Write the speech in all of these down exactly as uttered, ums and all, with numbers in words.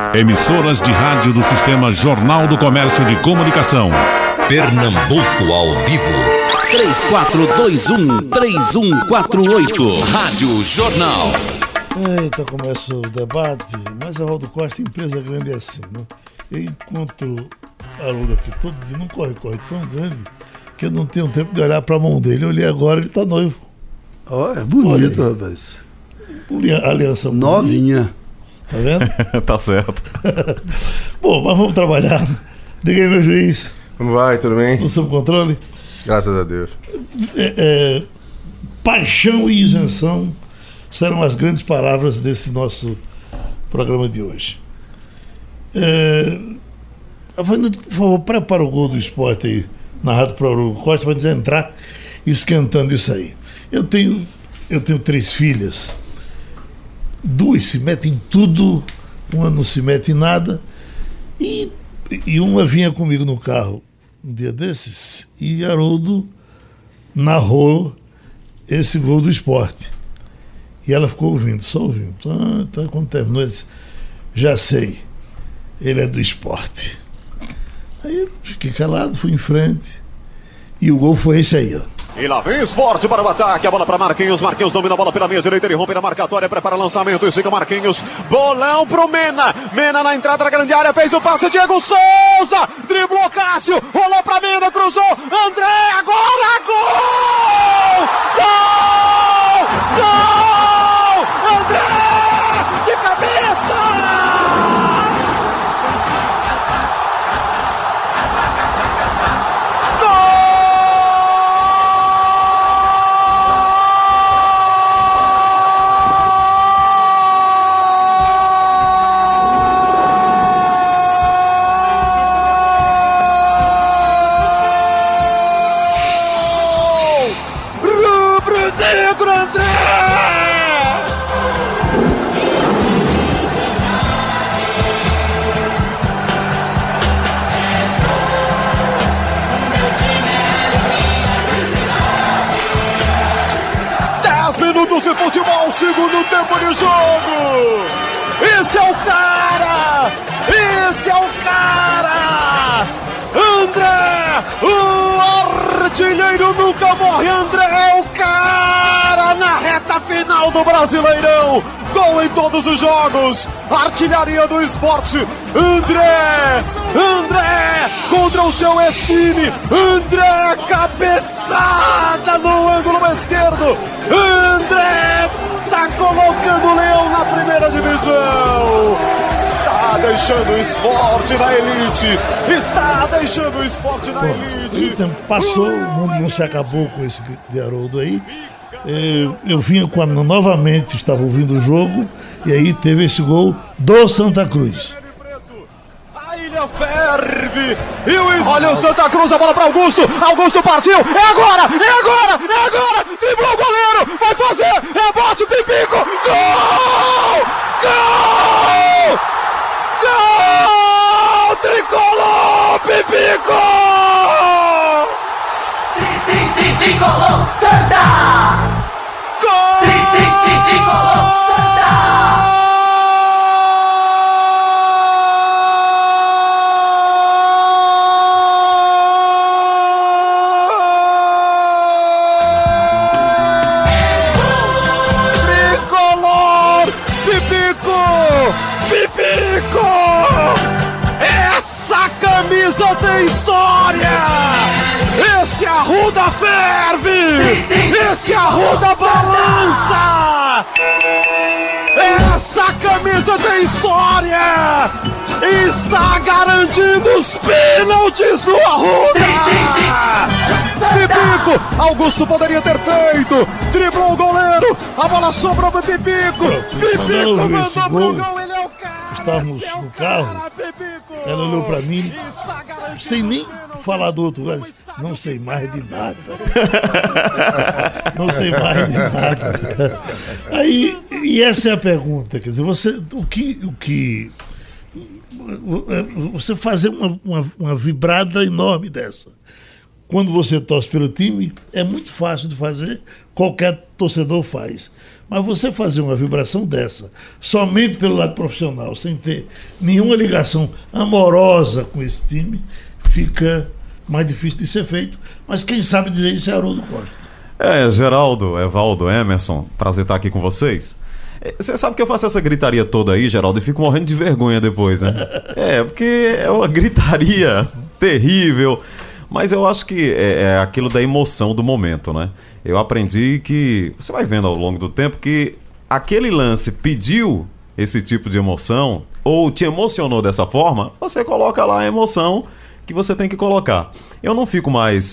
Emissoras de rádio do Sistema Jornal do Comércio de Comunicação. Pernambuco ao vivo. três quatro dois um, três um quatro oito. Rádio Jornal. Eita, começa o debate, mas a Valdo Costa, empresa grande é assim, né? Eu encontro Haroldo aqui todo dia, não corre, corre tão grande que eu não tenho tempo de olhar para a mão dele. Eu olhei agora, ele está noivo. Ó, oh, é bonito, rapaz. Aliança novinha. Tá vendo? Tá certo. Bom, mas vamos trabalhar. Diga aí, meu juiz. Como vai? Tudo bem? Tudo sob controle? Graças a Deus. É, é, paixão e isenção serão as grandes palavras desse nosso programa de hoje. É, por favor, prepara o gol do Esporte aí, narrado por Haroldo Costa, para dizer entrar esquentando isso aí. Eu tenho, eu tenho três filhas. Duas se metem em tudo, uma não se mete em nada, e, e uma vinha comigo no carro um dia desses, e Haroldo narrou esse gol do Esporte. E ela ficou ouvindo, só ouvindo. Ah, tá, quando terminou, ele disse, já sei, ele é do Esporte. Aí eu fiquei calado, fui em frente, e o gol foi esse aí, ó. E lá vem Esporte para o ataque, a bola para Marquinhos, Marquinhos domina a bola pela meia direita, ele rompe na marcatória, prepara o lançamento e siga Marquinhos, bolão pro Mena, Mena na entrada da grande área, fez o passe, Diego Souza, driblou Cássio, rolou pra Mena, cruzou, André, agora, gol! Gol! Gol! André, de cabeça! Minutos de futebol, segundo tempo de jogo. Esse é o cara! Esse é o cara! André! O artilheiro nunca morre! André é o cara na reta final do Brasileirão! Gol em todos os jogos! Artilharia do Esporte! André! André! Contra o seu ex-time! André! Cabeçada no ângulo esquerdo! André! Tá colocando o Leão na primeira divisão! Está deixando o Esporte na elite! Está deixando o Esporte na Bom, elite! o tempo passou, o mundo não se acabou com esse de Haroldo aí. Eu, eu vinha quando novamente estava ouvindo o jogo e aí teve esse gol do Santa Cruz. A ilha ferve e o... Olha o Santa Cruz, a bola para Augusto, Augusto partiu, é agora, é agora, é agora, driblou o goleiro, vai fazer, rebote, Pipico, gol, gol, gol, tricolor, Pipico, tricolor, Santa, gol, tricolor, Santa. Essa camisa tem história! Esse Arruda ferve! Esse Arruda balança! Essa camisa tem história! Está garantindo os pênaltis do Arruda! Pipico! Augusto poderia ter feito! Driblou o goleiro! A bola sobrou para Pipico! Pipico mandou pro gol! Ele é o cara! Estávamos no carro, ela olhou pra mim, sem nem falar do outro lado, não sei mais de nada. Não sei mais de nada. Aí, e essa é a pergunta, quer dizer, você, o que, o que você fazer uma, uma, uma vibrada enorme dessa, quando você torce pelo time, é muito fácil de fazer, qualquer torcedor faz. Mas você fazer uma vibração dessa, somente pelo lado profissional, sem ter nenhuma ligação amorosa com esse time, fica mais difícil de ser feito. Mas quem sabe dizer isso é Haroldo Costa. É, Geraldo, Evaldo, Emerson, prazer estar aqui com vocês. Você sabe que eu faço essa gritaria toda aí, Geraldo, e fico morrendo de vergonha depois, né? É, porque é uma gritaria terrível, mas eu acho que é, é aquilo da emoção do momento, né? Eu aprendi que, você vai vendo ao longo do tempo, que aquele lance pediu esse tipo de emoção, ou te emocionou dessa forma, você coloca lá a emoção que você tem que colocar. Eu não fico mais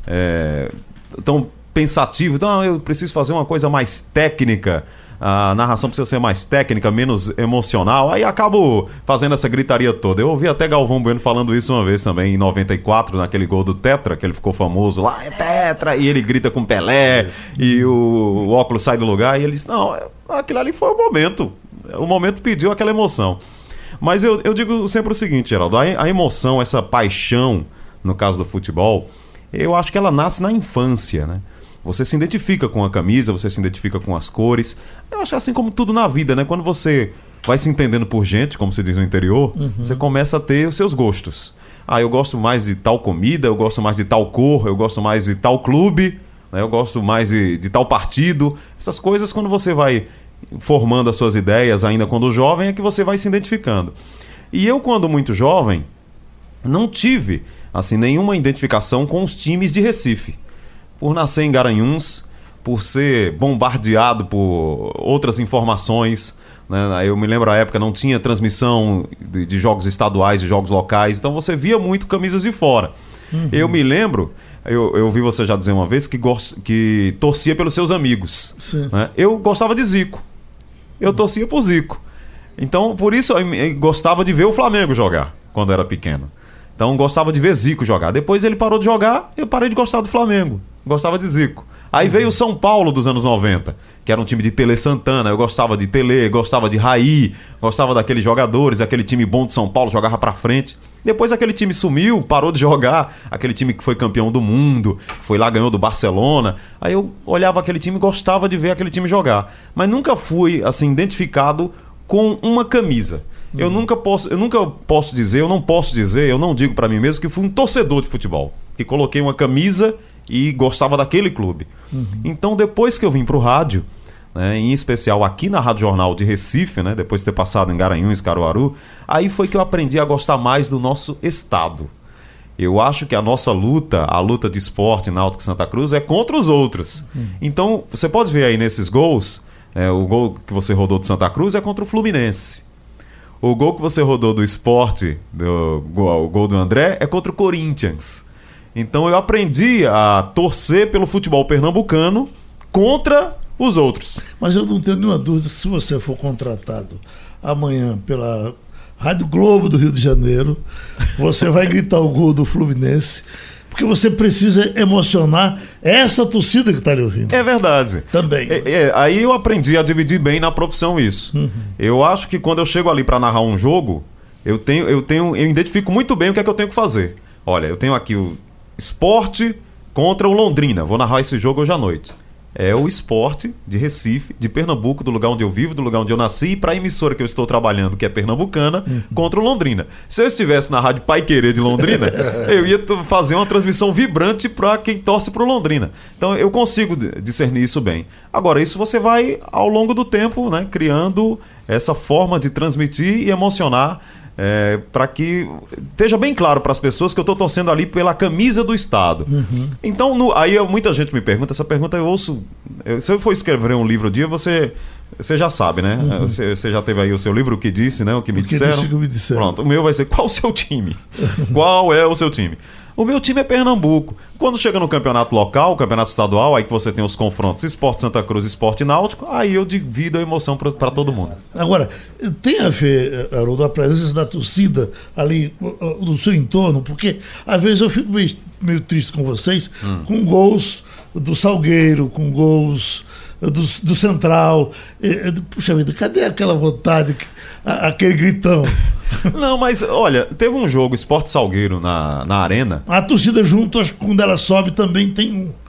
é, tão pensativo, então eu preciso fazer uma coisa mais técnica, a narração precisa ser mais técnica, menos emocional, aí acabo fazendo essa gritaria toda. Eu ouvi até Galvão Bueno falando isso uma vez também, em noventa e quatro, naquele gol do Tetra, que ele ficou famoso lá, é Tetra, e ele grita com Pelé, e o, o óculos sai do lugar, e ele diz, não, aquilo ali foi o momento, o momento pediu aquela emoção. Mas eu, eu digo sempre o seguinte, Geraldo, a, a emoção, essa paixão, no caso do futebol, eu acho que ela nasce na infância, né? Você se identifica com a camisa, você se identifica com as cores. Eu acho assim como tudo na vida, né? Quando você vai se entendendo por gente, como se diz no interior, uhum. Você começa a ter os seus gostos. Ah, eu gosto mais de tal comida, eu gosto mais de tal cor, eu gosto mais de tal clube, né? Eu gosto mais de, de tal partido. Essas coisas, quando você vai formando as suas ideias, ainda quando jovem, é que você vai se identificando. E eu, quando muito jovem, não tive assim, nenhuma identificação com os times de Recife. Por nascer em Garanhuns, por ser bombardeado por outras informações, né? Eu me lembro, a época não tinha transmissão de, de jogos estaduais, de jogos locais, então você via muito camisas de fora. Uhum. Eu me lembro, eu, eu ouvi você já dizer uma vez que, gost, que torcia pelos seus amigos, né? Eu gostava de Zico, eu torcia por Zico, então por isso eu, eu gostava de ver o Flamengo jogar quando era pequeno. Então gostava de ver Zico jogar. Depois ele parou de jogar, eu parei de gostar do Flamengo. Gostava de Zico. Aí veio o São Paulo dos anos noventa, que era um time de Tele Santana. Eu gostava de Tele, gostava de Raí, gostava daqueles jogadores, aquele time bom de São Paulo, jogava pra frente. Depois aquele time sumiu, parou de jogar. Aquele time que foi campeão do mundo, foi lá, ganhou do Barcelona. Aí eu olhava aquele time e gostava de ver aquele time jogar. Mas nunca fui, assim, identificado com uma camisa. Eu, uhum. nunca posso, eu nunca posso dizer, eu não posso dizer, eu não digo pra mim mesmo que fui um torcedor de futebol, que coloquei uma camisa e gostava daquele clube. Uhum. Então, depois que eu vim pro rádio, né, em especial aqui na Rádio Jornal de Recife, né, depois de ter passado em Garanhuns, Caruaru, aí foi que eu aprendi a gostar mais do nosso estado. Eu acho que a nossa luta, a luta de esporte Náutico Santa Cruz, é contra os outros. Uhum. Então, você pode ver aí nesses gols, é, o gol que você rodou do Santa Cruz é contra o Fluminense. O gol que você rodou do Sport, do, o gol do André, é contra o Corinthians. Então eu aprendi a torcer pelo futebol pernambucano contra os outros. Mas eu não tenho nenhuma dúvida que se você for contratado amanhã pela Rádio Globo do Rio de Janeiro, você vai gritar o gol do Fluminense, porque você precisa emocionar essa torcida que está ali ouvindo. É verdade. Também. É, é, aí eu aprendi a dividir bem na profissão isso. Uhum. Eu acho que quando eu chego ali para narrar um jogo, eu tenho, eu tenho, eu identifico muito bem o que é que eu tenho que fazer. Olha, eu tenho aqui o Sport contra o Londrina. Vou narrar esse jogo hoje à noite. É o Sport de Recife, de Pernambuco, do lugar onde eu vivo, do lugar onde eu nasci, e para a emissora que eu estou trabalhando, que é pernambucana, uhum. contra o Londrina. Se eu estivesse na Rádio Pai Querer de Londrina, eu ia fazer uma transmissão vibrante para quem torce para o Londrina. Então eu consigo discernir isso bem. Agora, isso você vai, ao longo do tempo, né, criando essa forma de transmitir e emocionar, É, para que esteja bem claro para as pessoas que eu estou torcendo ali pela camisa do Estado. Uhum. Então, no, aí muita gente me pergunta, essa pergunta eu ouço... Eu, se eu for escrever um livro um dia, você, você já sabe, né? Uhum. Você, você já teve aí o seu livro, o que disse, né? O que me, o que disseram. Disse que me disseram. Pronto, o meu vai ser, qual o seu time? Qual é o seu time? O meu time é Pernambuco. Quando chega no campeonato local, campeonato estadual, aí que você tem os confrontos Sport Santa Cruz e Sport Náutico, aí eu divido a emoção para todo mundo. Agora, tem a ver, Haroldo, a presença da torcida ali no seu entorno, porque às vezes eu fico meio, meio triste com vocês, hum. com gols do Salgueiro, com gols do, do Central. Puxa vida, cadê aquela vontade, aquele gritão? Não, mas olha, teve um jogo Sport Salgueiro na, na Arena. A torcida junto, acho que quando ela sobe também tem um,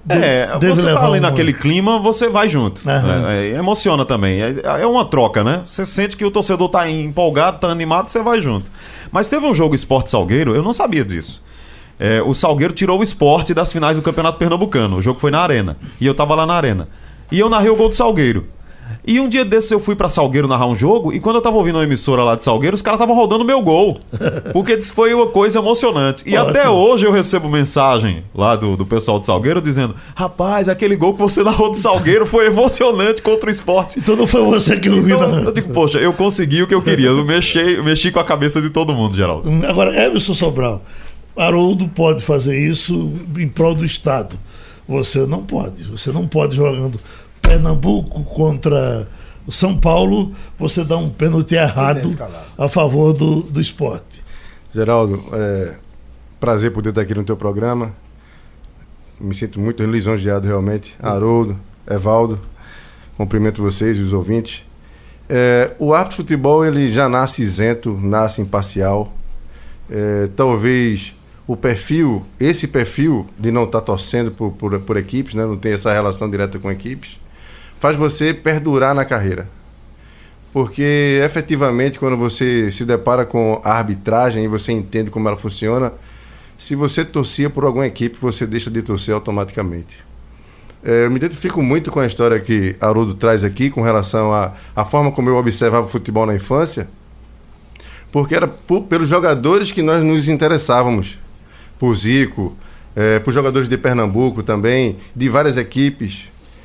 É, deve você tá ali um... naquele clima, você vai junto. Uhum. É, é, emociona também. É, é uma troca, né? Você sente que o torcedor tá empolgado, tá animado, você vai junto. Mas teve um jogo Sport Salgueiro, eu não sabia disso. É, o Salgueiro tirou o Sport das finais do Campeonato Pernambucano. O jogo foi na Arena. E eu tava lá na Arena. E eu narrei o gol do Salgueiro. E um dia desses eu fui pra Salgueiro narrar um jogo, e quando eu tava ouvindo uma emissora lá de Salgueiro, os caras estavam rodando meu gol. Porque isso foi uma coisa emocionante. E Ótimo. até hoje eu recebo mensagem lá do, do pessoal de Salgueiro dizendo: rapaz, aquele gol que você narrou do Salgueiro foi emocionante contra o Sport. Então não foi você que eu vi, Então, não. eu digo, poxa, eu consegui o que eu queria. Eu mexi, eu mexi com a cabeça de todo mundo, Geraldo. Agora, Emerson Sobral, Haroldo pode fazer isso em prol do Estado. Você não pode. Você não pode jogando Pernambuco contra o São Paulo, você dá um pênalti errado a favor do, do Sport. Geraldo, é prazer poder estar aqui no teu programa. Me sinto muito lisonjeado realmente. Haroldo, Evaldo, cumprimento vocês e os ouvintes. É, o árbitro de futebol, ele já nasce isento, nasce imparcial. É, talvez o perfil, esse perfil de não estar torcendo por, por, por equipes, né, não tem essa relação direta com equipes, faz você perdurar na carreira. Porque, efetivamente, quando você se depara com a arbitragem e você entende como ela funciona, se você torcia por alguma equipe, você deixa de torcer automaticamente. É, eu me identifico muito com a história que Haroldo traz aqui, com relação à a, a forma como eu observava o futebol na infância, porque era por, pelos jogadores que nós nos interessávamos. Por Zico, é, por jogadores de Pernambuco também, de várias equipes.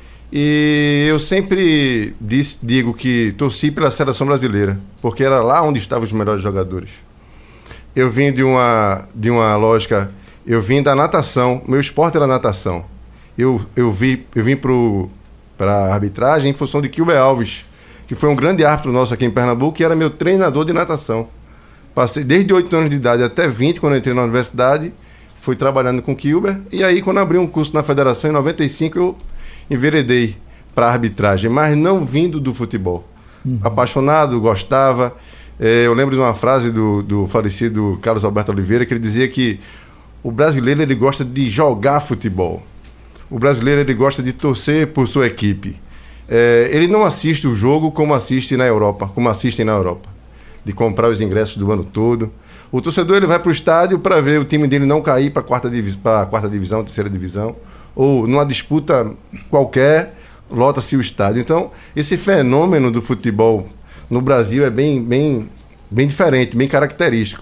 E eu sempre disse, digo que torci pela seleção brasileira, porque era lá onde estavam os melhores jogadores. Eu vim de uma, de uma lógica, eu vim da natação, meu esporte era natação. Eu, eu, vi, eu vim para a arbitragem em função de Kilber Alves, que foi um grande árbitro nosso aqui em Pernambuco, e era meu treinador de natação. Passei desde oito anos de idade até vinte, quando entrei na universidade, fui trabalhando com Kilber, e aí quando abri um curso na federação, em noventa e cinco, eu enveredei para a arbitragem, mas não vindo do futebol. Uhum. Apaixonado, gostava. É, eu lembro de uma frase do, do falecido Carlos Alberto Oliveira, que ele dizia que o brasileiro ele gosta de jogar futebol. O brasileiro ele gosta de torcer por sua equipe. É, ele não assiste o jogo como assiste na Europa, como assistem na Europa, de comprar os ingressos do ano todo. O torcedor ele vai para o estádio para ver o time dele não cair para a quarta, divi- para a quarta divisão, terceira divisão, ou numa disputa qualquer, lota-se o estádio. Então, esse fenômeno do futebol no Brasil é bem, bem, bem diferente, bem característico.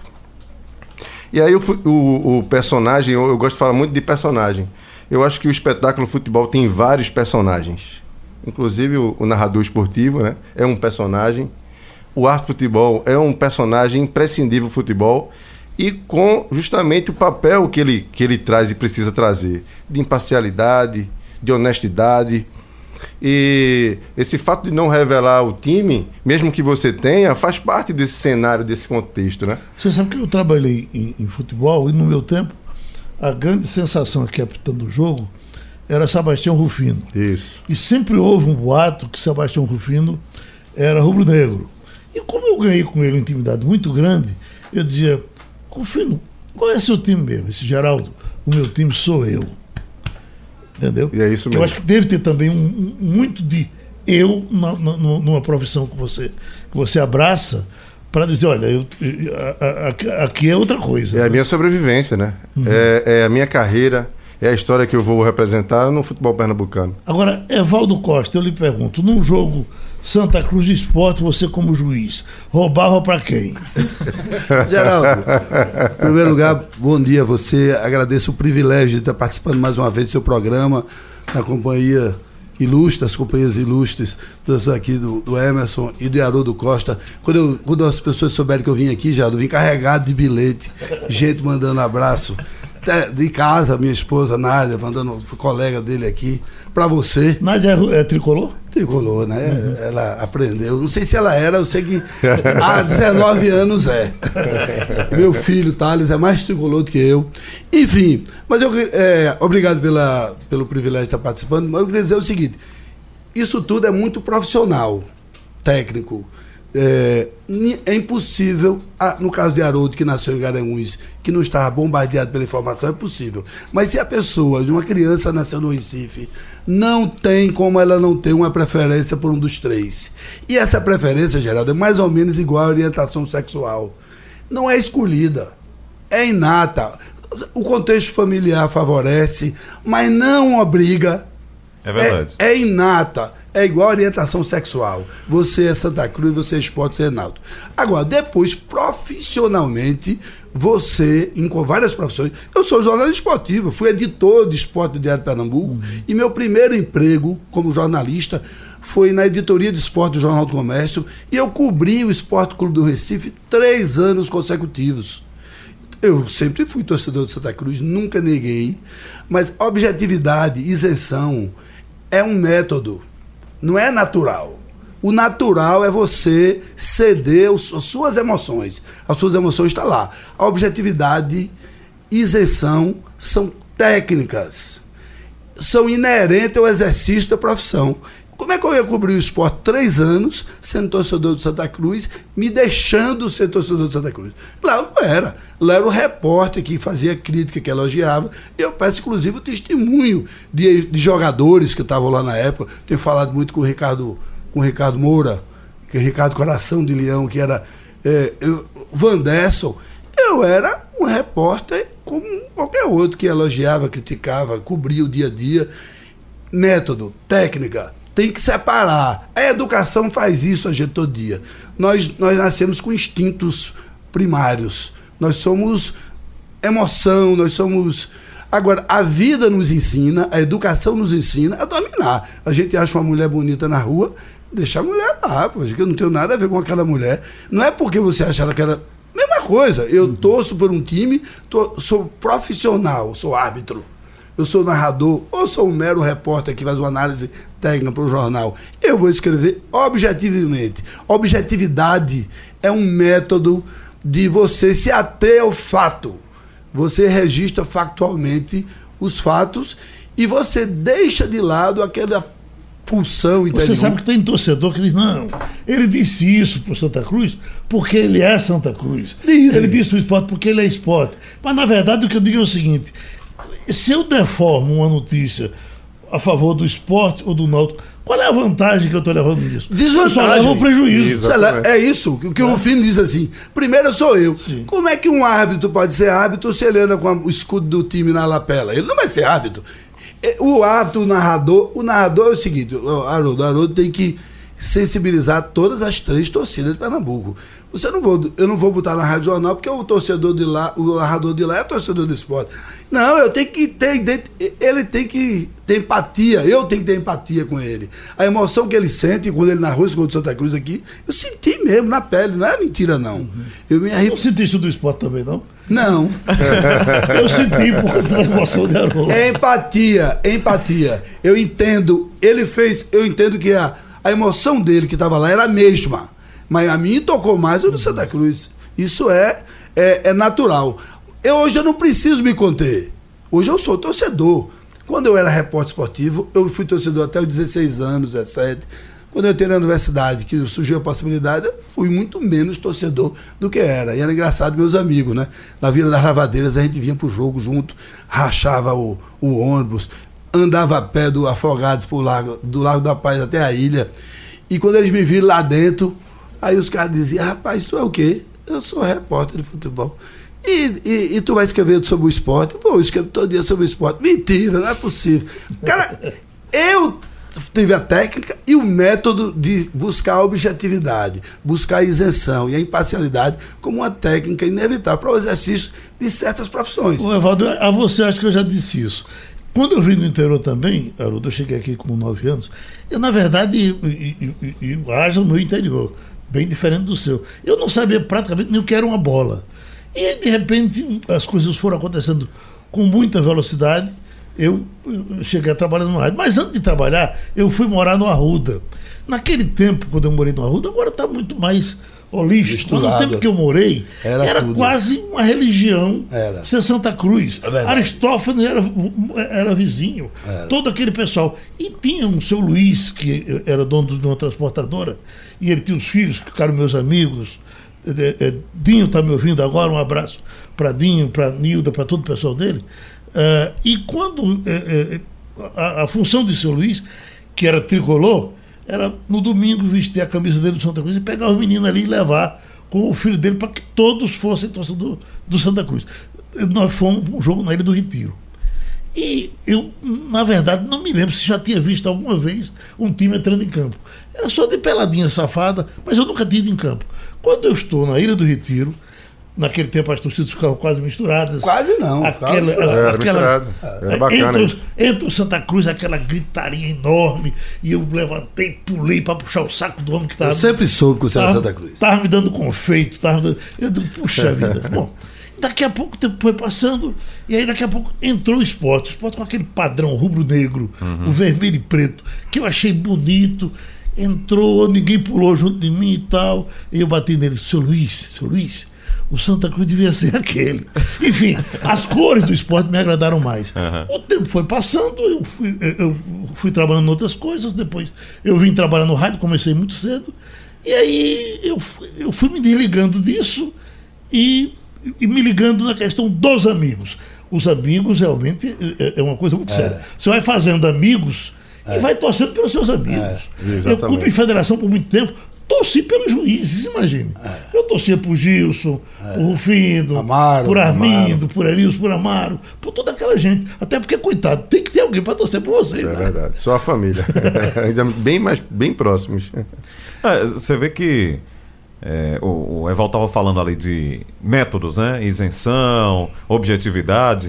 E aí o, o, o personagem, eu, eu gosto de falar muito de personagem. Eu acho que o espetáculo futebol tem vários personagens. Inclusive o, o narrador esportivo, né, é um personagem. O árbitro de futebol é um personagem imprescindível do futebol, e com justamente o papel que ele, que ele traz e precisa trazer, de imparcialidade, de honestidade. E esse fato de não revelar o time, mesmo que você tenha, faz parte desse cenário, desse contexto, né? Você sabe que eu trabalhei em, em futebol, e no meu tempo, a grande sensação aqui apitando o jogo era Sebastião Rufino. Isso. E sempre houve um boato que Sebastião Rufino era rubro-negro. E como eu ganhei com ele uma intimidade muito grande, eu dizia: Rufino, qual é seu time mesmo? Esse Geraldo, o meu time sou eu. Entendeu? E é isso mesmo. Eu acho que deve ter também um, um, muito de eu na, na, numa profissão que você, que você abraça, para dizer: olha, eu, a, a, aqui é outra coisa. É né? a minha sobrevivência, né? Uhum. É, é a minha carreira, é a história que eu vou representar no futebol pernambucano. Agora, Evaldo Costa, eu lhe pergunto, num jogo Santa Cruz de Esporte, você como juiz, roubava para quem? Geraldo, em primeiro lugar, bom dia a você. Agradeço o privilégio de estar participando mais uma vez do seu programa, na companhia ilustre, as companhias ilustres aqui do, do Emerson e do Haroldo Costa. Quando, eu, quando as pessoas souberem que eu vim aqui, já eu vim carregado de bilhete, gente mandando abraço. De casa, minha esposa Nádia, mandando colega dele aqui, pra você. Nádia é, é tricolor? Tricolor, né? Uhum. Ela aprendeu. Não sei se ela era, eu sei que há dezenove anos é. Meu filho, Thales, é mais tricolor do que eu. Enfim, mas eu é, obrigado pela, pelo privilégio de estar participando, mas eu queria dizer o seguinte: isso tudo é muito profissional, técnico. É, é impossível, no caso de Haroldo, que nasceu em Garanhuns, que não estava bombardeado pela informação, é possível. Mas se a pessoa, de uma criança nasceu no Recife, não tem como ela não ter uma preferência por um dos três. E essa preferência, Geraldo, é mais ou menos igual à orientação sexual. Não é escolhida, é inata. O contexto familiar favorece, mas não obriga. É verdade. É, é inata. É igual a orientação sexual. Você é Santa Cruz, você é Esporte, você é Náutico. Agora, depois, profissionalmente, você, em várias profissões... Eu sou jornalista esportivo, fui editor de esporte do Diário de Pernambuco, uhum. e meu primeiro emprego como jornalista foi na editoria de esporte do Jornal do Comércio, e eu cobri o Esporte Clube do Recife três anos consecutivos. Eu sempre fui torcedor do Santa Cruz, nunca neguei, mas objetividade, isenção, é um método. Não é natural. O natural é você ceder as suas emoções. As suas emoções estão lá. A objetividade, isenção, são técnicas. São inerentes ao exercício da profissão. Como é que eu ia cobrir o esporte três anos, sendo torcedor do Santa Cruz, me deixando ser torcedor do Santa Cruz? Lá eu não era. Lá era o repórter que fazia crítica, que elogiava. Eu peço, inclusive, o testemunho de, de jogadores que estavam lá na época. Tenho falado muito com o Ricardo, com o Ricardo Moura, que é Ricardo Coração de Leão, que era é, eu, Vanderson. Eu era um repórter como qualquer outro que elogiava, criticava, cobria o dia a dia. Método, técnica. Tem que separar. A educação faz isso a gente todo dia. Nós, nós nascemos com instintos primários. Nós somos emoção, nós somos... Agora, a vida nos ensina, a educação nos ensina a dominar. A gente acha uma mulher bonita na rua, deixa a mulher lá, porque eu não tenho nada a ver com aquela mulher. Não é porque você acha aquela... Mesma coisa, eu torço por um time, tô, sou profissional, sou árbitro. Eu sou narrador, ou sou um mero repórter que faz uma análise técnica para o jornal. Eu vou escrever objetivamente. Objetividade é um método de você se ater ao fato. Você registra factualmente os fatos e você deixa de lado aquela pulsão interior. Você sabe que tem torcedor que diz, não, ele disse isso para o Santa Cruz porque ele é Santa Cruz. Dizem. Ele disse para o esporte porque ele é esporte. Mas, na verdade, o que eu digo é o seguinte... Se eu deformo uma notícia a favor do esporte ou do Náutico, qual é a vantagem que eu estou levando nisso? Desvantagem. Eu só levo um prejuízo. É isso, o que o Rufino diz assim. Primeiro sou eu. Sim. Como é que um árbitro pode ser árbitro se ele anda com o escudo do time na lapela? Ele não vai ser árbitro. O árbitro, o narrador, o narrador é o seguinte, o Haroldo, o Haroldo tem que sensibilizar todas as três torcidas de Pernambuco. Você não vou, eu não vou botar na Rádio Jornal porque o torcedor de lá, o narrador de lá é torcedor do esporte. Não, eu tenho que ter, ele tem que ter empatia, eu tenho que ter empatia com ele. A emoção que ele sente quando ele narrou esse gol do Santa Cruz aqui, eu senti mesmo na pele, não é mentira não. Uhum. Eu me arrep... Não senti isso do esporte também, não? Não. Eu senti por conta da emoção de Haroldo. É empatia, é empatia. Eu entendo, ele fez, eu entendo que a, a emoção dele que estava lá era a mesma. Mas a mim tocou mais o do Santa Cruz. Isso é, é, é natural. Eu, hoje eu não preciso me conter. Hoje eu sou torcedor. Quando eu era repórter esportivo, eu fui torcedor até os dezesseis anos, dezessete. Quando eu entrei na universidade, que surgiu a possibilidade, eu fui muito menos torcedor do que era. E era engraçado, meus amigos, né? Na Vila das Lavadeiras, a gente vinha pro jogo junto, rachava o, o ônibus, andava a pé do Afogados pro Largo, do Largo da Paz até a ilha. E quando eles me viram lá dentro, aí os caras diziam, rapaz, tu é o quê? Eu sou repórter de futebol. E, e, e tu vai escrever sobre o esporte? Pô, eu escrevo todo dia sobre o esporte. Mentira, não é possível. Cara, eu tive a técnica e o método de buscar a objetividade, buscar a isenção e a imparcialidade como uma técnica inevitável para o exercício de certas profissões. Ô, Evaldo, a você acho que eu já disse isso. Quando eu vim no interior também, Haroldo, eu cheguei aqui com nove anos, eu, na verdade, eu ajo no interior, bem diferente do seu. Eu não sabia praticamente nem o que era uma bola. E, de repente, as coisas foram acontecendo com muita velocidade. Eu, eu cheguei a trabalhar no rádio. Mas antes de trabalhar, eu fui morar no Arruda. Naquele tempo, quando eu morei no Arruda, agora está muito mais holístico. No tempo que eu morei, era, era quase uma religião era. ser Santa Cruz. É Aristófanes era, era vizinho, era. todo aquele pessoal. E tinha um seu Luiz, que era dono de uma transportadora, e ele tinha os filhos, que ficaram meus amigos. É, é, Dinho está me ouvindo agora, um abraço para Dinho, para Nilda, para todo o pessoal dele. Uh, e quando é, é, a, a função de seu Luiz, que era tricolor, era no domingo vestir a camisa dele do Santa Cruz e pegar os meninos ali e levar com o filho dele para que todos fossem torcedor do, do Santa Cruz. Nós fomos para um jogo na Ilha do Retiro. E eu, na verdade, não me lembro se já tinha visto alguma vez um time entrando em campo. Era só de peladinha safada, mas eu nunca tinha ido em campo. Quando eu estou na Ilha do Retiro, naquele tempo as torcidas ficavam quase misturadas. Quase não. Aquela, era aquela, era bacana. Entre, entre o Santa Cruz, aquela gritaria enorme, e eu levantei, pulei para puxar o saco do homem que estava. Eu sempre soube que você era Santa Cruz. Estava me dando confeito, tava me dando, eu digo, puxa vida. Bom, daqui a pouco o tempo foi passando, e aí daqui a pouco entrou o esporte. O esporte com aquele padrão rubro-negro, uhum. o vermelho e preto, que eu achei bonito. Entrou, ninguém pulou junto de mim e tal. E eu bati nele, seu Luiz, seu Luiz, o Santa Cruz devia ser aquele. Enfim, as cores do esporte me agradaram mais. Uhum. O tempo foi passando, eu fui, eu fui trabalhando em outras coisas, depois eu vim trabalhar no rádio, comecei muito cedo, e aí eu fui, eu fui me desligando disso e, e me ligando na questão dos amigos. Os amigos realmente é, é uma coisa muito é. séria. Você vai fazendo amigos é. e vai torcendo pelos seus amigos. É. Eu cumpri federação por muito tempo, torci pelos juízes, imagine. É. Eu torcia por Gilson, é. por Rufino, Amaro, por Armindo, Amaro. por Erilson, por Amaro, por toda aquela gente. Até porque, coitado, tem que ter alguém para torcer por vocês. É né? verdade, só a família. bem, mais, bem próximos. É, você vê que é, o, o Evaldo estava falando ali de métodos, né? Isenção, objetividade.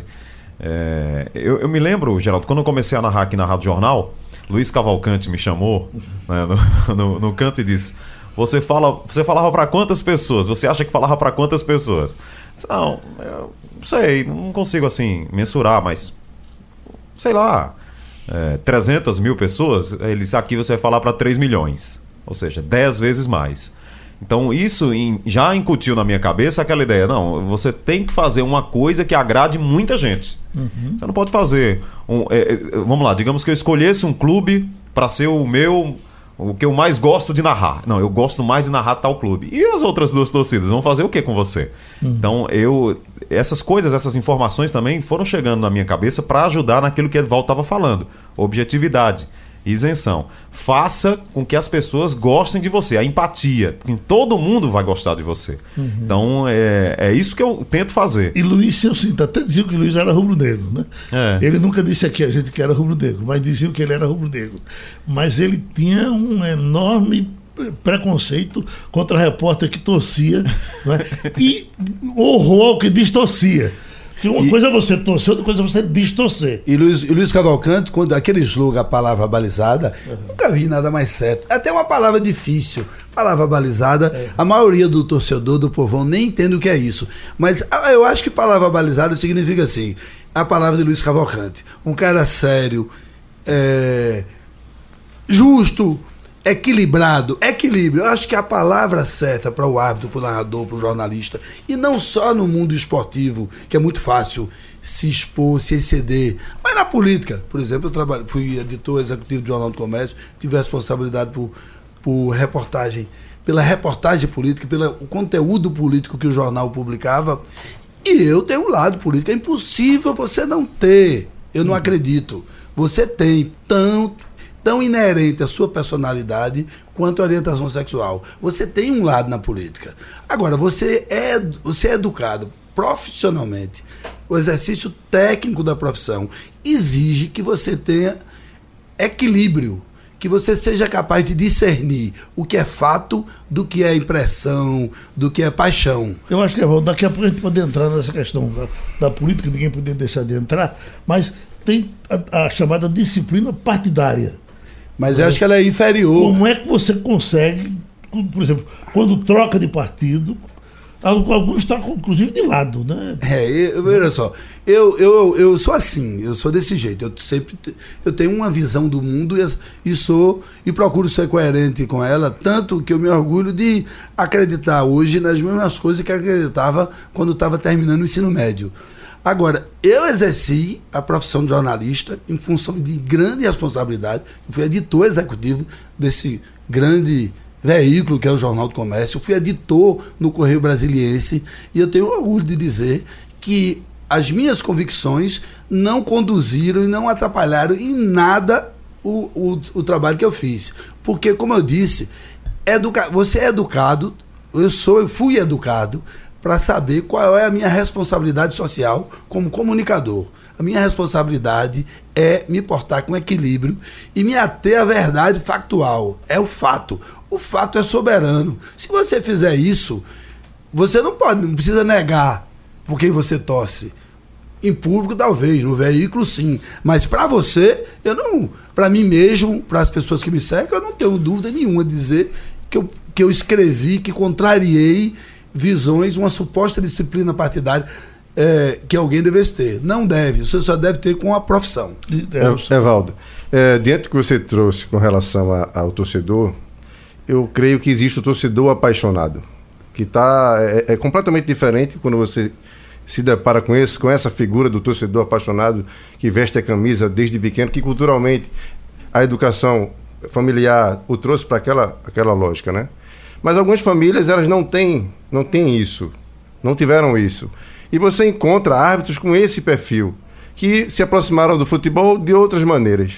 É, eu, eu me lembro, Geraldo, quando eu comecei a narrar aqui na Rádio Jornal, Luiz Cavalcante me chamou né, no, no, no canto e disse: Você, fala, você falava para quantas pessoas? Você acha que falava para quantas pessoas? Disse, não, eu não sei, não consigo assim mensurar, mas sei lá, é, trezentas mil pessoas. Ele disse: aqui você vai falar para três milhões, ou seja, dez vezes mais. Então isso in, já incutiu na minha cabeça aquela ideia, não, você tem que fazer uma coisa que agrade muita gente. Uhum. Você não pode fazer um, é, é, vamos lá, digamos que eu escolhesse um clube para ser o meu, o que eu mais gosto de narrar. Não, eu gosto mais de narrar tal clube. E as outras duas torcidas vão fazer o que com você? Uhum. Então eu, essas coisas, essas informações também foram chegando na minha cabeça para ajudar naquilo que Edvaldo estava falando, objetividade, isenção. Faça com que as pessoas gostem de você, a empatia. Todo mundo vai gostar de você. Uhum. Então é, é isso que eu tento fazer. E Luiz, eu sinto, até diziam que Luiz era rubro-negro, né? É. Ele nunca disse aqui a gente que era rubro-negro, mas diziam que ele era rubro-negro. Mas ele tinha um enorme preconceito contra a repórter que torcia, né? E horror ao que distorcia. Porque uma e, coisa é você torcer, outra coisa é você distorcer. E Luiz, e Luiz Cavalcante, quando aquele slogan, a palavra balizada, uhum. nunca vi nada mais certo. Até uma palavra difícil, palavra balizada, é. a maioria do torcedor, do povão, nem entende o que é isso. Mas eu acho que palavra balizada significa assim, a palavra de Luiz Cavalcante. Um cara sério, é, justo, equilibrado, equilíbrio. Eu acho que é a palavra certa para o árbitro, para o narrador, para o jornalista, e não só no mundo esportivo, que é muito fácil se expor, se exceder, mas na política. Por exemplo, eu trabalho, fui editor executivo do Jornal do Comércio, tive a responsabilidade por, por reportagem, pela reportagem política, pelo conteúdo político que o jornal publicava, e eu tenho um lado político. É impossível você não ter, eu não acredito. Você tem tanto tão inerente à sua personalidade quanto à orientação sexual. Você tem um lado na política. Agora, você é, você é educado profissionalmente. O exercício técnico da profissão exige que você tenha equilíbrio, que você seja capaz de discernir o que é fato do que é impressão, do que é paixão. Eu acho que é bom, daqui a pouco a gente pode entrar nessa questão da, da política, ninguém poder deixar de entrar, mas tem a, a chamada disciplina partidária. Mas eu acho que ela é inferior. Como é que você consegue, por exemplo, quando troca de partido, Alguns estão, inclusive, de lado, né? É, eu, olha só, eu, eu, eu sou assim, eu sou desse jeito. Eu sempre te, eu tenho uma visão do mundo e, e sou e procuro ser coerente com ela, tanto que eu me orgulho de acreditar hoje nas mesmas coisas que acreditava quando estava terminando o ensino médio. Agora, eu exerci a profissão de jornalista em função de grande responsabilidade. Eu fui editor executivo desse grande veículo que é o Jornal do Comércio. Eu fui editor no Correio Brasiliense e eu tenho orgulho de dizer que as minhas convicções não conduziram e não atrapalharam em nada o, o, o trabalho que eu fiz. Porque, como eu disse, educa- você é educado, eu sou, eu fui educado para saber qual é a minha responsabilidade social como comunicador. A minha responsabilidade é me portar com equilíbrio e me ater à verdade factual. É o fato. O fato é soberano. Se você fizer isso, você não pode, não precisa negar por quem você torce. Em público, talvez, no veículo, sim. Mas para você, eu não. Para mim mesmo, para as pessoas que me cercam, eu não tenho dúvida nenhuma de dizer que eu, que eu escrevi, que contrariei visões, uma suposta disciplina partidária é, que alguém devesse ter. Não deve, você só deve ter com a profissão. É, Evaldo, é, dentro do que você trouxe com relação a, ao torcedor, eu creio que existe o torcedor apaixonado, que tá, é, é completamente diferente quando você se depara com, esse, com essa figura do torcedor apaixonado que veste a camisa desde pequeno, que culturalmente a educação familiar o trouxe para aquela, aquela lógica, né? Mas algumas famílias, elas não têm, não têm isso, não tiveram isso. E você encontra árbitros com esse perfil, que se aproximaram do futebol de outras maneiras.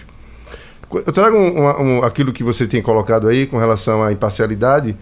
Eu trago um, um, aquilo que você tem colocado aí com relação à imparcialidade.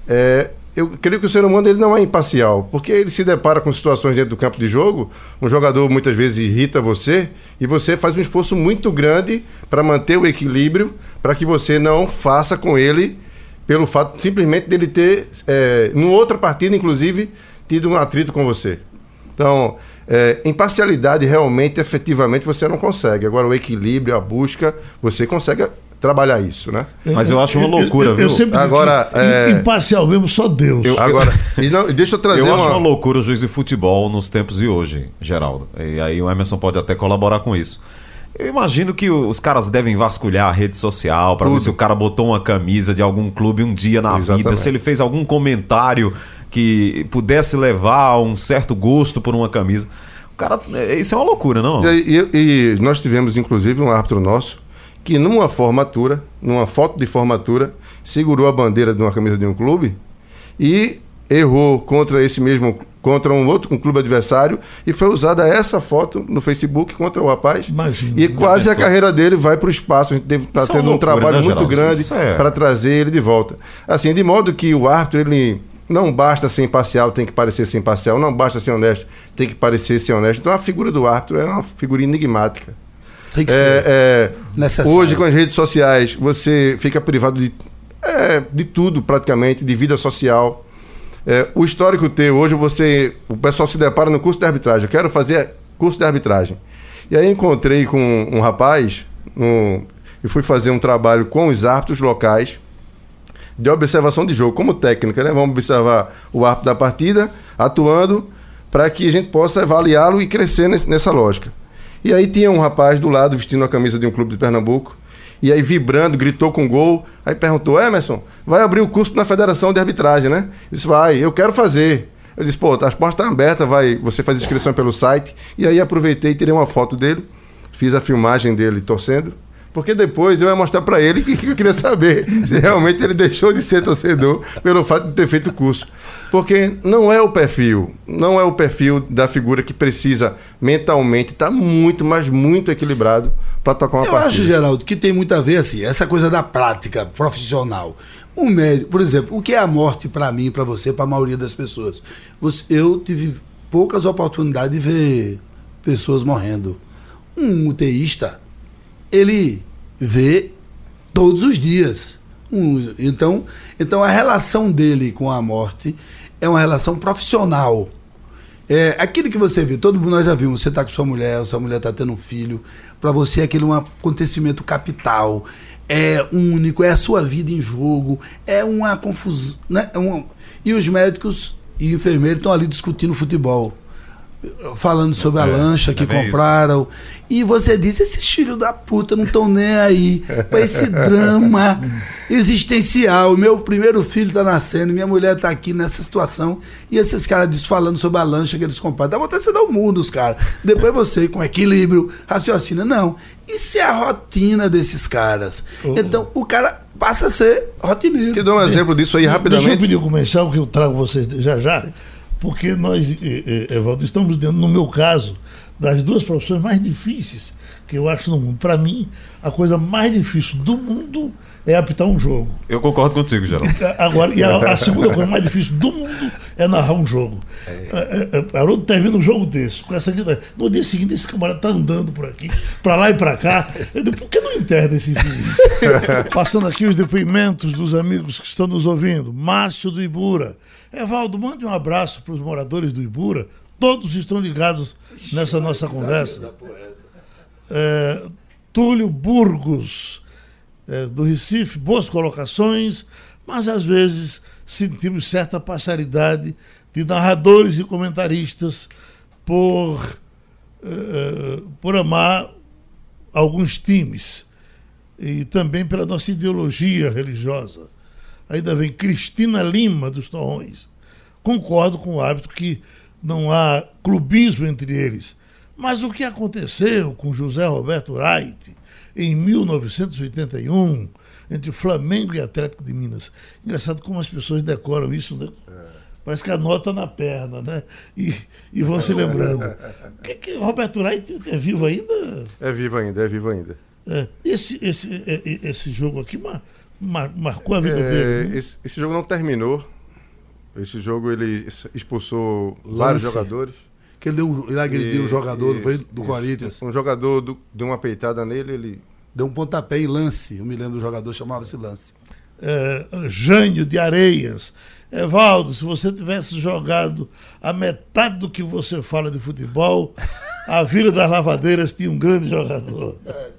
É, eu creio que o ser humano ele não é imparcial, porque ele se depara com situações dentro do campo de jogo, um jogador muitas vezes irrita você, e você faz um esforço muito grande para manter o equilíbrio, para que você não faça com ele pelo fato simplesmente dele ter, é, numa outra partida, inclusive, tido um atrito com você. Então, é, imparcialidade realmente, efetivamente, você não consegue. Agora, o equilíbrio, a busca, você consegue trabalhar isso, né? Mas eu acho uma loucura, eu, eu, viu? Eu sempre agora, digo, é... imparcial mesmo, só Deus. Eu, agora, e não, deixa eu trazer Eu uma... acho uma loucura o juiz de futebol nos tempos de hoje, Geraldo. E aí o Emerson pode até colaborar com isso. Eu imagino que os caras devem vasculhar a rede social para ver se o cara botou uma camisa de algum clube um dia na Exatamente. vida, se ele fez algum comentário que pudesse levar a um certo gosto por uma camisa. O cara, isso é uma loucura, não? E, e, e nós tivemos, inclusive, um árbitro nosso que numa formatura, numa foto de formatura, segurou a bandeira de uma camisa de um clube e errou contra esse mesmo, contra um outro um clube adversário, e foi usada essa foto no Facebook contra o rapaz. Imagina, e quase a carreira dele vai para o espaço. A gente está tendo um loucura, trabalho né, muito Geraldo? grande É... para trazer ele de volta. Assim, de modo que o árbitro, ele não basta ser imparcial, tem que parecer ser imparcial, não basta ser honesto, tem que parecer ser honesto. Então a figura do árbitro é uma figura enigmática. Tem que É, ser é, necessário. hoje, com as redes sociais, você fica privado de, é, de tudo, praticamente, de vida social. É, o histórico teu, hoje você, o pessoal se depara no curso de arbitragem. Eu quero fazer curso de arbitragem. E aí encontrei com um, um rapaz um, e fui fazer um trabalho com os árbitros locais de observação de jogo, como técnica, né? Vamos observar o árbitro da partida atuando para que a gente possa avaliá-lo e crescer nesse, nessa lógica. E aí tinha um rapaz do lado vestindo a camisa de um clube de Pernambuco, e aí vibrando, gritou com gol, aí perguntou: Emerson, vai abrir o curso na Federação de Arbitragem, né? Ele disse: vai, eu quero fazer. Eu disse: pô, as portas estão abertas, vai, você faz inscrição pelo site. E aí aproveitei e tirei uma foto dele, fiz a filmagem dele torcendo, porque depois eu ia mostrar para ele que eu queria saber se realmente ele deixou de ser torcedor pelo fato de ter feito o curso. Porque não é o perfil, não é o perfil da figura que precisa mentalmente estar muito, mas muito equilibrado para tocar uma Eu partida. acho, Geraldo, que tem muito a ver, assim, essa coisa da prática profissional. O médico, por exemplo, o que é a morte para mim, para você, para a maioria das pessoas? Você, eu tive poucas oportunidades de ver pessoas morrendo. Um UTIsta, ele vê todos os dias. Um, então, então, a relação dele com a morte é uma relação profissional. É, aquilo que você vê, todo mundo nós já vimos, você está com sua mulher, sua mulher está tendo um filho, para você aquilo é um acontecimento capital, é único, é a sua vida em jogo, é uma confusão, né? É uma... E os médicos e enfermeiro estão ali discutindo futebol, falando sobre a É, lancha que é bem compraram. E você diz, esses filhos da puta não estão nem aí para esse drama existencial. Meu primeiro filho está nascendo, minha mulher está aqui nessa situação, e esses caras diz, falando sobre a lancha que eles compraram. Dá vontade de você dar o mundo, os caras. Depois você, com equilíbrio, raciocina. Não, isso é a rotina desses caras. Oh. Então, o cara passa a ser rotineiro. Te dou um exemplo disso aí Deixa eu rapidamente. pedir o comercial que eu trago vocês já já, porque nós, eh, eh, Evaldo, estamos dentro, no meu caso, das duas profissões mais difíceis que eu acho no mundo. Para mim, a coisa mais difícil do mundo é apitar um jogo. Eu concordo contigo, Geraldo. Agora, e a, a segunda coisa mais difícil do mundo é narrar um jogo. É. Haroldo termina um jogo desse, com essa guitarra. No dia seguinte, esse camarada tá andando por aqui, para lá e para cá. Eu digo, por que não interna esse vídeo? Passando aqui os depoimentos dos amigos que estão nos ouvindo. Márcio do Ibura. Evaldo, mande um abraço para os moradores do Ibura. Todos estão ligados nessa nossa conversa. É, Túlio Burgos, é, do Recife, boas colocações, mas às vezes sentimos certa parcialidade de narradores e comentaristas por, uh, por amar alguns times e também pela nossa ideologia religiosa. Ainda vem Cristina Lima, dos Torrões. Concordo com o hábito que não há clubismo entre eles. Mas o que aconteceu com José Roberto Wright em mil novecentos e oitenta e um, entre Flamengo e Atlético de Minas? Engraçado como as pessoas decoram isso, né? Parece que anota na perna, né? E, e vão se lembrando. Que, que Roberto Wright é vivo ainda? É vivo ainda, é vivo ainda. É, esse, esse, esse jogo aqui mar, mar, marcou a vida É, dele, né? esse, esse jogo não terminou. Esse jogo ele expulsou Lance. vários jogadores. Que ele, deu, ele agrediu E- o jogador, não foi? isso, Do isso. Corinthians. Um jogador do- deu uma peitada nele, ele. Deu um pontapé em Lance. Eu me lembro do jogador, chamava-se Lance. É, Jânio de Areias. Evaldo, se você tivesse jogado a metade do que você fala de futebol, a Vila das Lavadeiras tinha um grande jogador.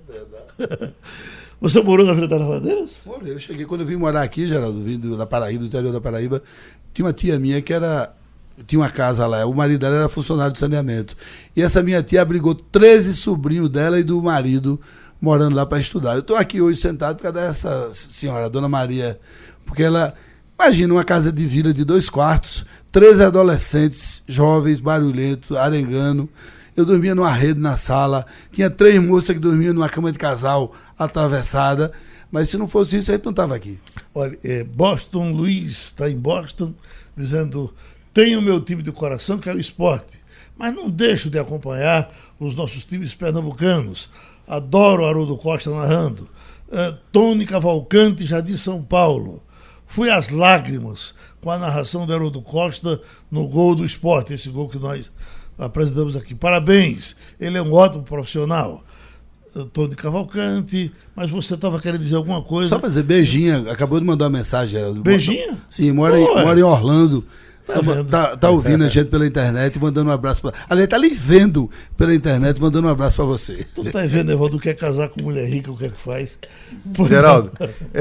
Você morou na Vila das Lavadeiras? Olha, eu cheguei, quando eu vim morar aqui, Geraldo, vim do- da Paraíba, do interior da Paraíba, tinha uma tia minha que era. Tinha uma casa lá, o marido dela era funcionário de saneamento. E essa minha tia abrigou treze sobrinhos dela e do marido morando lá para estudar. Eu estou aqui hoje sentado por causa dessa senhora, a dona Maria, porque ela. Imagina uma casa de vila de dois quartos, treze adolescentes, jovens, barulhentos, arengando. Eu dormia numa rede na sala, tinha três moças que dormiam numa cama de casal atravessada, mas se não fosse isso, a gente não estava aqui. Olha, é, Boston Luiz está em Boston, dizendo: tenho o meu time de coração, que é o esporte, mas não deixo de acompanhar os nossos times pernambucanos. Adoro Haroldo Costa narrando. Uh, Tony Cavalcante, Jardim São Paulo. Fui às lágrimas com a narração de Haroldo Costa no gol do esporte, esse gol que nós apresentamos aqui. Parabéns, ele é um ótimo profissional. Uh, Tony Cavalcante, mas você estava querendo dizer alguma coisa? Só para dizer, Beijinha, acabou de mandar uma mensagem, Geraldo. Beijinha? Sim, mora, em, Ué. mora em Orlando. Tá Tá, vendo? tá, tá ouvindo a gente pela internet, mandando um abraço pra... Aliás, tá lhe vendo pela internet, mandando um abraço para você. Tu tá vendo, Evaldo, quer casar com mulher rica, o que é que faz? Pô, Geraldo,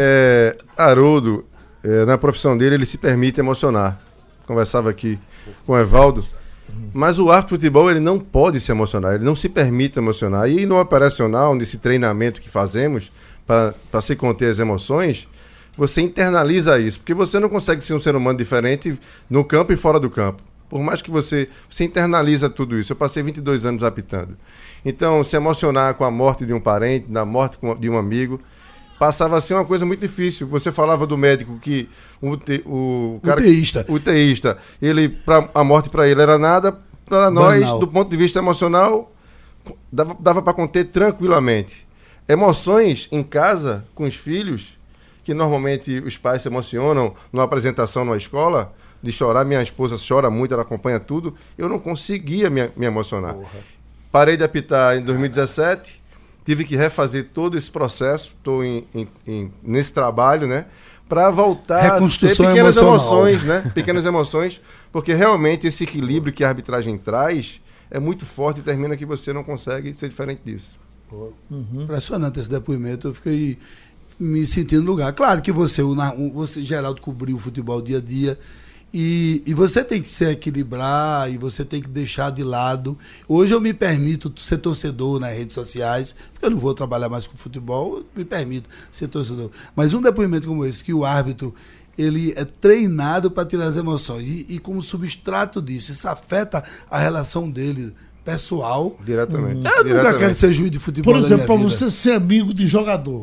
é, Haroldo, é, na profissão dele, ele se permite emocionar. Conversava aqui com o Evaldo. Mas o árbitro de futebol, ele não pode se emocionar, ele não se permite emocionar. E no operacional, nesse treinamento que fazemos, para se conter as emoções, você internaliza isso, porque você não consegue ser um ser humano diferente no campo e fora do campo. Por mais que você, você internaliza tudo isso. Eu passei vinte e dois anos apitando. Então, se emocionar com a morte de um parente, na morte de um amigo, passava a ser uma coisa muito difícil. Você falava do médico que o, te, o cara, UTIsta. o UTIsta, ele, pra, a morte para ele era nada, para nós, Banal. do ponto de vista emocional, dava, dava para conter tranquilamente. Emoções em casa, com os filhos, que normalmente os pais se emocionam numa apresentação numa escola, de chorar, minha esposa chora muito, ela acompanha tudo, eu não conseguia me, me emocionar. Porra. Parei de apitar em dois mil e dezessete, tive que refazer todo esse processo, estou em, em, em, nesse trabalho, né, para voltar a ter pequenas emoções, né, pequenas emoções, porque realmente esse equilíbrio que a arbitragem traz é muito forte e termina que você não consegue ser diferente disso. Uhum. Impressionante esse depoimento, eu fiquei me sentindo no lugar. Claro que você, o, o, você Geraldo, cobriu o futebol dia a dia E, e você tem que se equilibrar e você tem que deixar de lado. Hoje eu me permito ser torcedor nas redes sociais, porque eu não vou trabalhar mais com futebol, eu me permito ser torcedor. Mas um depoimento como esse, que o árbitro ele é treinado para tirar as emoções e, e como substrato disso, isso afeta a relação dele pessoal. Diretamente. Eu Diretamente. nunca quero ser juiz de futebol. Por exemplo, para vida. você ser amigo de jogador,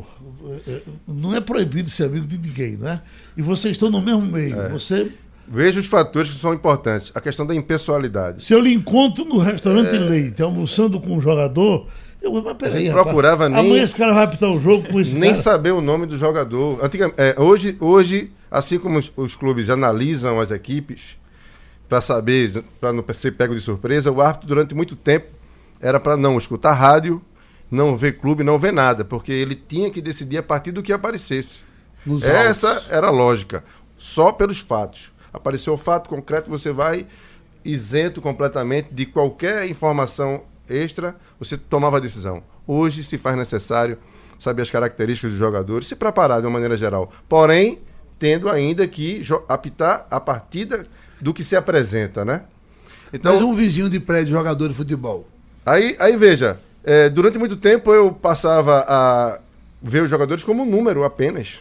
não é proibido ser amigo de ninguém, né? E vocês estão no mesmo meio. É. Você, Veja os fatores que são importantes. A questão da impessoalidade. se eu lhe encontro no restaurante é... Leite, almoçando com um jogador, eu vou, mas peraí, não procurava rapaz, nem, amanhã esse cara vai apitar o jogo com esse nem cara. saber o nome do jogador. Antiga, é, hoje, hoje, assim como os, os clubes analisam as equipes para saber, para não ser pego de surpresa, o árbitro durante muito tempo era para não escutar rádio, não ver clube, não ver nada, porque ele tinha que decidir a partir do que aparecesse. Nos Essa autos. era a lógica, só pelos fatos. Apareceu o fato concreto, você vai isento completamente de qualquer informação extra, você tomava a decisão. Hoje se faz necessário saber as características dos jogadores, se preparar de uma maneira geral. Porém, tendo ainda que apitar a partida do que se apresenta, né? Então, Mas um vizinho de prédio jogador de futebol. Aí, aí veja, é, durante muito tempo eu passava a ver os jogadores como um número apenas.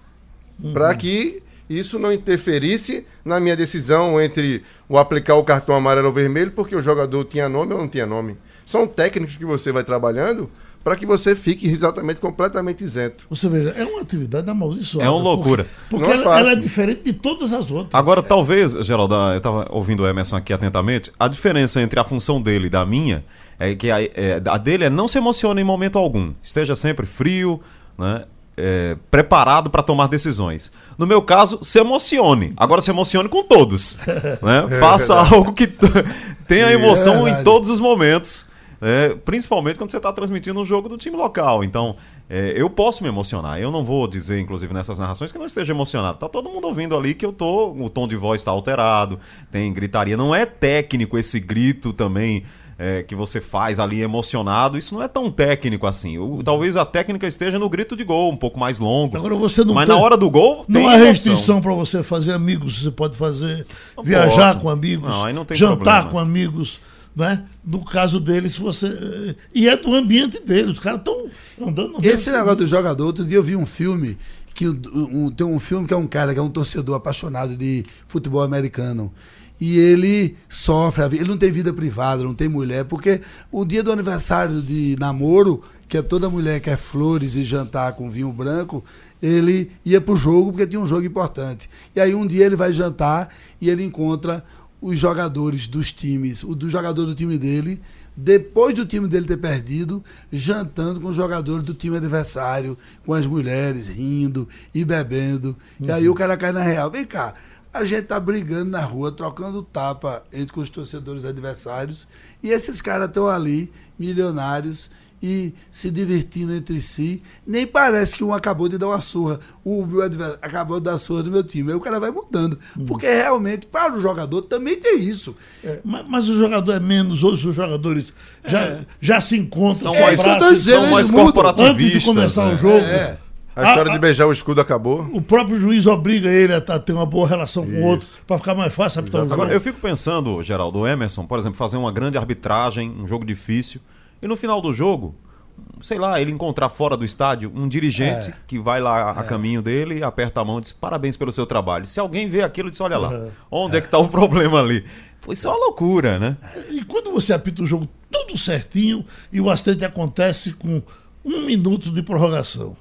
Uhum. Para que isso não interferisse na minha decisão entre o aplicar o cartão amarelo ou vermelho, porque o jogador tinha nome ou não tinha nome. São técnicas que você vai trabalhando para que você fique exatamente completamente isento. Você veja, é uma atividade amaldiçoada. É uma loucura. Porque, porque Não é ela, ela é fácil. diferente de todas as outras. Agora, talvez, Geraldo, eu estava ouvindo o Emerson aqui atentamente, a diferença entre a função dele e da minha é que a, é, a dele é não se emocione em momento algum. Esteja sempre frio, né? É, preparado para tomar decisões. No meu caso, se emocione. Agora se emocione com todos. Né? É Faça verdade. algo que t- tenha emoção É em verdade. todos os momentos. É, principalmente quando você está transmitindo um jogo do time local. Então, é, eu posso me emocionar. Eu não vou dizer, inclusive, nessas narrações que eu não esteja emocionado. Tá todo mundo ouvindo ali que eu tô. O tom de voz está alterado, tem gritaria. Não é técnico esse grito também. É, que você faz ali emocionado, isso não é tão técnico assim. O, talvez a técnica esteja no grito de gol, um pouco mais longo. Agora você não Mas tem- na hora do gol, Não tem há emoção. restrição para você fazer amigos, você pode fazer, Não viajar posso. com amigos, Não, aí não tem jantar problema. com amigos, né? No caso deles, você. E é do ambiente deles, os caras estão andando no Esse mesmo- negócio do jogador, outro dia eu vi um filme, que o- um- tem um filme que é um cara que é um torcedor apaixonado de futebol americano. E ele sofre, a vi- ele não tem vida privada, não tem mulher, porque o dia do aniversário de namoro, que é toda mulher quer flores e jantar com vinho branco, ele ia pro jogo porque tinha um jogo importante. E aí um dia ele vai jantar e ele encontra os jogadores dos times, o do jogador do time dele, depois do time dele ter perdido, jantando com os jogadores do time adversário, com as mulheres, rindo e bebendo. Uhum. E aí o cara cai na real. Vem cá, a gente tá brigando na rua, trocando tapa entre os torcedores adversários, e esses caras estão ali, milionários, e se divertindo entre si. Nem parece que um acabou de dar uma surra. O meu adversário acabou de dar surra no meu time. Aí o cara vai mudando. Hum. Porque realmente, para o jogador, também tem isso. É, mas, mas o jogador é menos, hoje os jogadores já, É. já se encontram, São se mais, abraçam, dizendo, são mais eles mudam. corporativistas. antes de começar né? o jogo. É. A história A- de beijar o escudo acabou. O próprio juiz obriga ele a tá- ter uma boa relação com o Isso. outro, para ficar mais fácil apitar o jogo. Agora, eu fico pensando, Geraldo, o Emerson, por exemplo, fazer uma grande arbitragem, um jogo difícil, e no final do jogo, sei lá, ele encontrar fora do estádio um dirigente É. que vai lá a caminho dele e aperta a mão e diz parabéns pelo seu trabalho. Se alguém vê aquilo, diz olha lá, Uhum. onde é que está o problema ali? Foi só uma loucura, né? E quando você apita o jogo tudo certinho e o acidente acontece com um minuto de prorrogação.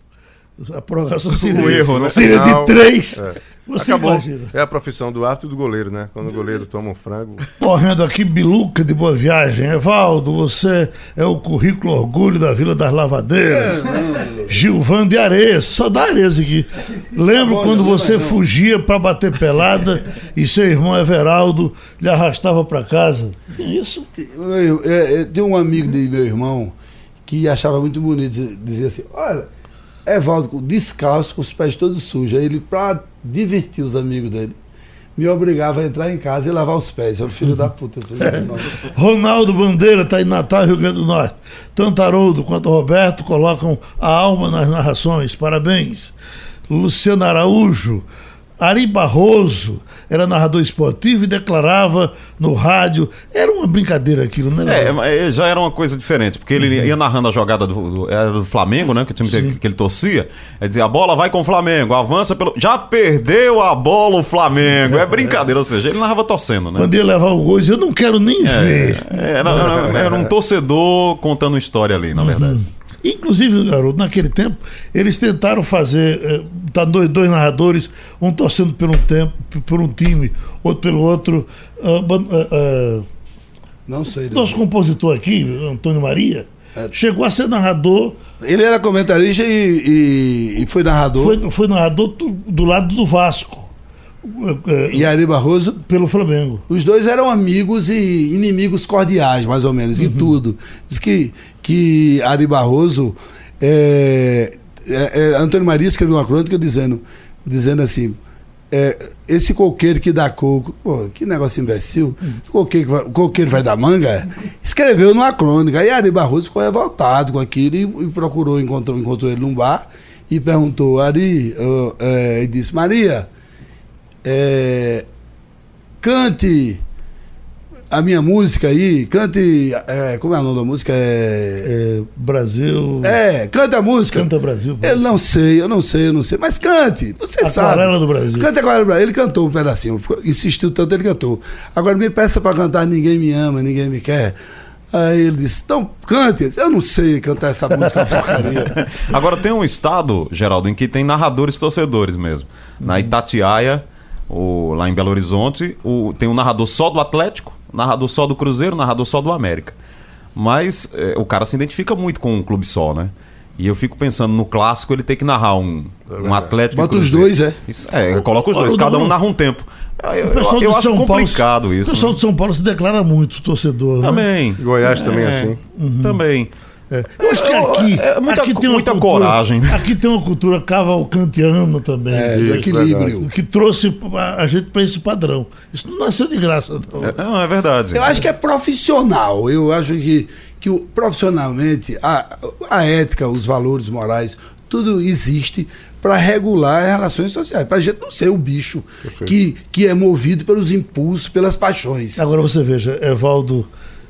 A prorrogação seria, O erro, né? seria Final, de três. é. Você Acabou. imagina. É a profissão do árbitro e do goleiro, né? Quando o goleiro toma um frango. Correndo aqui, Biluca de Boa Viagem. Evaldo, você é o currículo orgulho da Vila das Lavadeiras. Gilvan de Areias, só da Areias aqui. Lembro Bom, quando não, você mas não. fugia para bater pelada e seu irmão Everaldo lhe arrastava para casa. Que isso? Eu, eu, eu, tem um amigo de meu irmão que achava muito bonito, dizia, dizia assim, olha, Evaldo, com- descalço, com os pés todos sujos. Aí ele, para divertir os amigos dele, me obrigava a entrar em casa e lavar os pés. É o filho da puta. Esse irmão. Ronaldo Bandeira está em Natal, Rio Grande do Norte. Tanto Haroldo quanto Roberto colocam a alma nas narrações. Parabéns. Luciano Araújo. Ari Barroso era narrador esportivo e declarava no rádio. Era uma brincadeira aquilo, né? É, mas já era uma coisa diferente, porque ele ia narrando a jogada do, do, era do Flamengo, né? Que o time que, que ele torcia. Ele dizia, a bola vai com o Flamengo, avança pelo... Já perdeu a bola o Flamengo. É brincadeira, ou seja, ele narrava torcendo, né? Quando ia levar o gol, eu não quero nem é, ver. Era, era, era um torcedor contando história ali, na verdade. Uhum. Inclusive, garoto, naquele tempo, eles tentaram fazer, eh, tá dois, dois narradores, um torcendo por um, tempo, por um time, outro pelo outro. Uh, uh, uh, não sei. Nosso não. compositor aqui, Antônio Maria, é. chegou a ser narrador. Ele era comentarista e, e, e foi narrador. Foi, foi narrador do, do lado do Vasco. E Ari Barroso? Pelo Flamengo. Os dois eram amigos e inimigos cordiais, mais ou menos, uhum. em tudo. Diz que, que Ari Barroso, é, é, é, Antônio Maria escreveu uma crônica dizendo, dizendo assim, é, esse coqueiro que dá coco, pô, que negócio imbecil, uhum. coqueiro, o coqueiro vai dar manga, escreveu numa crônica. Aí Ari Barroso ficou revoltado com aquilo e, e procurou, encontrou, encontrou ele num bar e perguntou, Ari, uh, é, e disse, Maria... É, cante a minha música aí, cante, é, como é o nome da música? É, é, Brasil. É, canta a música. Canta Brasil. Brasil. Eu não sei, eu não sei, eu não sei, mas cante, você Aquarela sabe. Aquarela do Brasil. Canta Aquarela do Brasil. Ele cantou um pedacinho, insistiu tanto, ele cantou. Agora me peça para cantar Ninguém Me Ama, Ninguém Me Quer. Aí ele disse, então cante. Eu não sei cantar essa música porcaria. Agora tem um estado, Geraldo, em que tem narradores torcedores mesmo. Uhum. Na Itatiaia, o, lá em Belo Horizonte, o, tem um narrador só do Atlético, narrador só do Cruzeiro, narrador só do América. Mas é, o cara se identifica muito com um clube só, né? E eu fico pensando no clássico ele ter que narrar um, um Atlético. Bota os dois, é? Isso, é, coloca os dois, cada um narra um tempo. Eu, o pessoal eu, eu de acho São complicado Paulo, isso. O pessoal né? de São Paulo se declara muito, torcedor. Também. Né? Goiás também é assim. Uhum. Também. É. Eu acho que aqui, é, é muita, aqui tem uma muita cultura, coragem. Né? Aqui tem uma cultura cavalcantiana também. É, do equilíbrio. O que trouxe a gente para esse padrão. Isso não nasceu de graça, não. É, não, é verdade. Eu acho que é profissional. Eu acho que, que o, profissionalmente a, a ética, os valores morais, tudo existe para regular as relações sociais. Para a gente não ser o bicho que, que é movido pelos impulsos, pelas paixões. Agora você veja, Evaldo,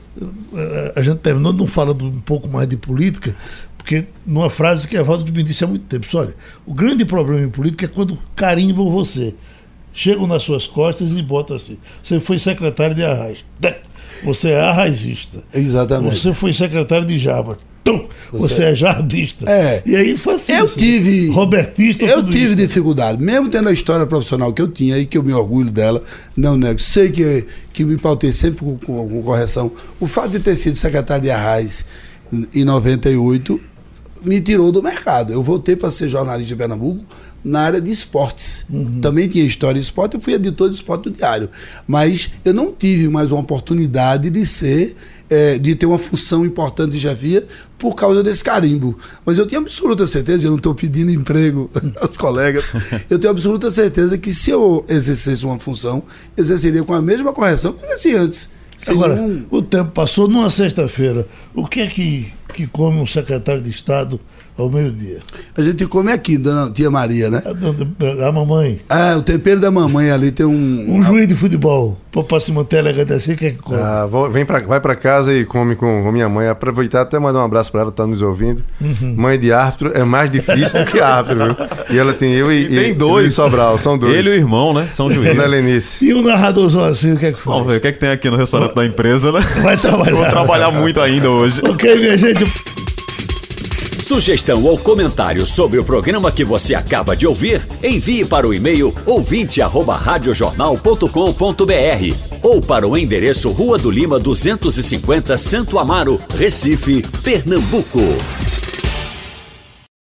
a gente terminou não falando um pouco mais de política, porque numa frase que Evaldo me disse há muito tempo, olha, o grande problema em política é quando carimbam você, chegam nas suas costas e botam assim, você foi secretário de Arraiz, você é arraizista. Exatamente. Você foi secretário de Jaba, você, você é jarbista. É. E aí foi assim. Eu tive. Robertista, Eu tudo tive isso. dificuldade, mesmo tendo a história profissional que eu tinha e que eu me orgulho dela, não nego. Sei que, que me pautei sempre com, com, com correção. O fato de ter sido secretário de Arraiz em noventa e oito me tirou do mercado. Eu voltei para ser jornalista de Pernambuco na área de esportes. Uhum. Também tinha história de esporte, eu fui editor de esporte do Diário. Mas eu não tive mais uma oportunidade de ser. É, de ter uma função importante de chefia por causa desse carimbo. Mas eu tenho absoluta certeza, eu não estou pedindo emprego aos colegas, eu tenho absoluta certeza que se eu exercesse uma função, exerceria com a mesma correção que exerci antes. Agora, um... o tempo passou numa sexta-feira. O que é que, que come um secretário de Estado ao meio-dia? A gente come aqui, dona tia Maria, né? A, a mamãe. Ah, o tempero da mamãe ali tem um... Um juiz de futebol, para se manter elegante assim, o que é que come? Ah, vou, vem pra, vai para casa e come com, com minha mãe. Aproveitar até mandar um abraço para ela, tá nos ouvindo. Uhum. Mãe de árbitro é mais difícil do que árbitro, viu? E ela tem eu e, e tem e, dois. E Sobral, são dois. Ele e o irmão, né? São juízes. Dona Lenice. E o narradorzão assim, o que é que faz? Vamos ver o que é que tem aqui no restaurante da empresa, né? Vai trabalhar. Vou trabalhar muito ainda hoje. Ok, minha gente. Sugestão ou comentário sobre o programa que você acaba de ouvir, envie para o e-mail ouvinte arroba radiojornal ponto com ponto br ou para o endereço Rua do Lima duzentos e cinquenta, Santo Amaro, Recife, Pernambuco.